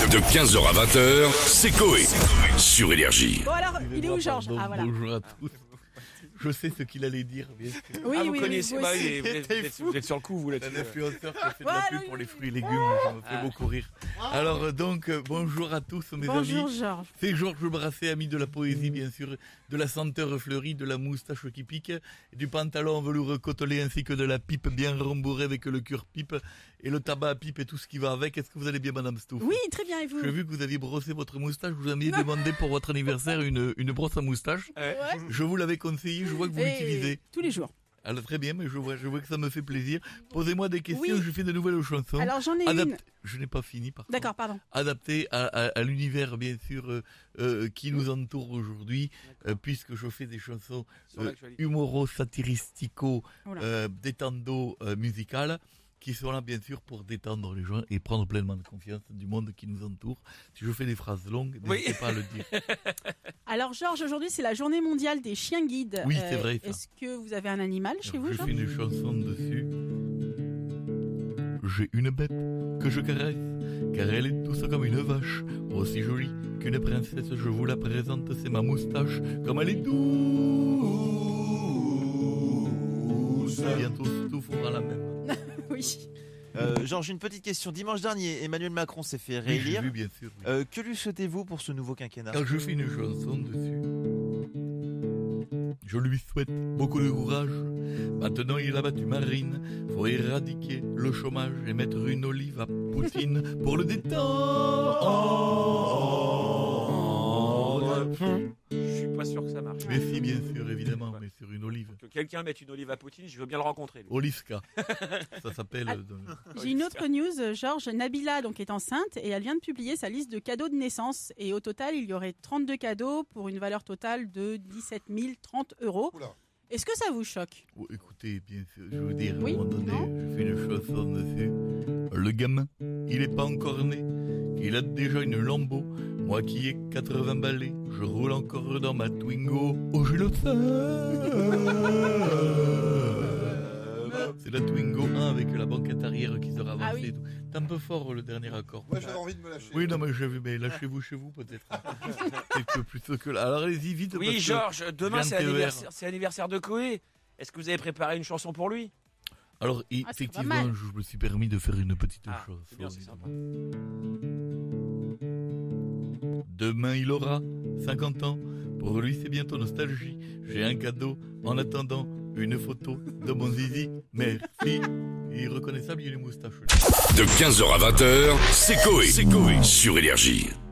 De 15h à 20h, c'est Coé. Sur Énergie. Bon alors, il est où Georges? Pardon, Ah voilà. Bonjour à tous. Je sais ce qu'il allait dire, bien sûr. Oui, vous oui, connaissez, oui, bah, vous aussi. vous êtes sur le coup, vous Un là-dessus. influenceur qui a fait de la Voilà, pub oui, pour les oui. fruits et légumes, ça me fait beaucoup rire. Alors donc, bonjour à tous mes Bonjour amis. Georges. C'est Georges Brassens, ami de la poésie bien sûr, de la senteur fleurie, de la moustache qui pique, du pantalon en velours côtelé ainsi que de la pipe bien rembourrée avec le cure pipe et le tabac à pipe et tout ce qui va avec. Est-ce que vous allez bien Madame Stouff? Oui, très bien, et vous? J'ai vu que vous aviez brossé votre moustache, je vous aviez demandé pour votre anniversaire une brosse à moustache. Ouais. Je vous l'avais conseillé, je vois que vous Et l'utilisez. tous les jours. Alors très bien, mais je vois que ça me fait plaisir. Posez-moi des questions, Oui. je fais de nouvelles chansons. Alors j'en ai une. Je n'ai pas fini par contre. D'accord, pardon. Adapté à l'univers bien sûr qui nous entoure aujourd'hui, puisque je fais des chansons Sur l'actualité. humoro-satiristico, Oula. détendo musicales, qui sont là bien sûr pour détendre les gens et prendre pleinement de confiance du monde qui nous entoure. Si je fais des phrases longues, Oui. n'hésitez pas à le dire. Alors Georges, aujourd'hui c'est la journée mondiale des chiens guides. Oui, c'est vrai, ça. Est-ce que vous avez un animal chez vous, Je Georges? fais une chanson dessus. J'ai une bête que je caresse, car elle est douce comme une vache, aussi jolie qu'une princesse. Je vous la présente, c'est ma moustache, comme elle est douce. Bientôt tout fera la même. Oui. Georges, une petite question. Dimanche dernier, Emmanuel Macron s'est fait Oui, j'ai réélire. vu bien sûr. Oui. Que lui souhaitez-vous pour ce nouveau quinquennat? Car je fais une chanson dessus. Je lui souhaite beaucoup de courage. Maintenant il a battu Marine. Faut éradiquer le chômage et mettre une olive à Poutine pour le détendre. Je suis pas sûr que ça marche. Mais si, bien sûr, évidemment, mais sur une olive. Que quelqu'un mette une olive à Poutine, je veux bien le rencontrer. lui. Olivka, ça s'appelle. J'ai une autre news, Georges. Nabila donc est enceinte et elle vient de publier sa liste de cadeaux de naissance. Et au total, il y aurait 32 cadeaux pour une valeur totale de 17 030 €. Oula. Est-ce que ça vous choque? Oh, écoutez, bien sûr, je veux dire, Oui, à un moment donné, non. je fais une chanson dessus. Le gamin, il est pas encore né, il a déjà une Lambo. Moi qui ai 80 balais, je roule encore dans ma Twingo. Oh, j'ai le seum. C'est la Twingo 1 avec la banquette arrière qui sera avancée. Ah oui. et tout. C'est un peu fort le dernier accord. Moi j'avais envie de me lâcher. Oui, non, mais lâchez-vous chez vous peut-être. C'est que plutôt que là. Alors allez-y vite. parce Oui, que Georges, demain je c'est viens de l'anniversaire de Coé. Est-ce que vous avez préparé une chanson pour lui? Alors, c'est pas effectivement, mal. je me suis permis de faire une petite Ah, chose. c'est bien, c'est sympa. Demain, il aura 50 ans. Pour lui, c'est bientôt nostalgie. J'ai un cadeau en attendant une photo de mon zizi. Merci. Il est reconnaissable, il a une moustache. De 15h à 20h, c'est Coé. Sur Énergie.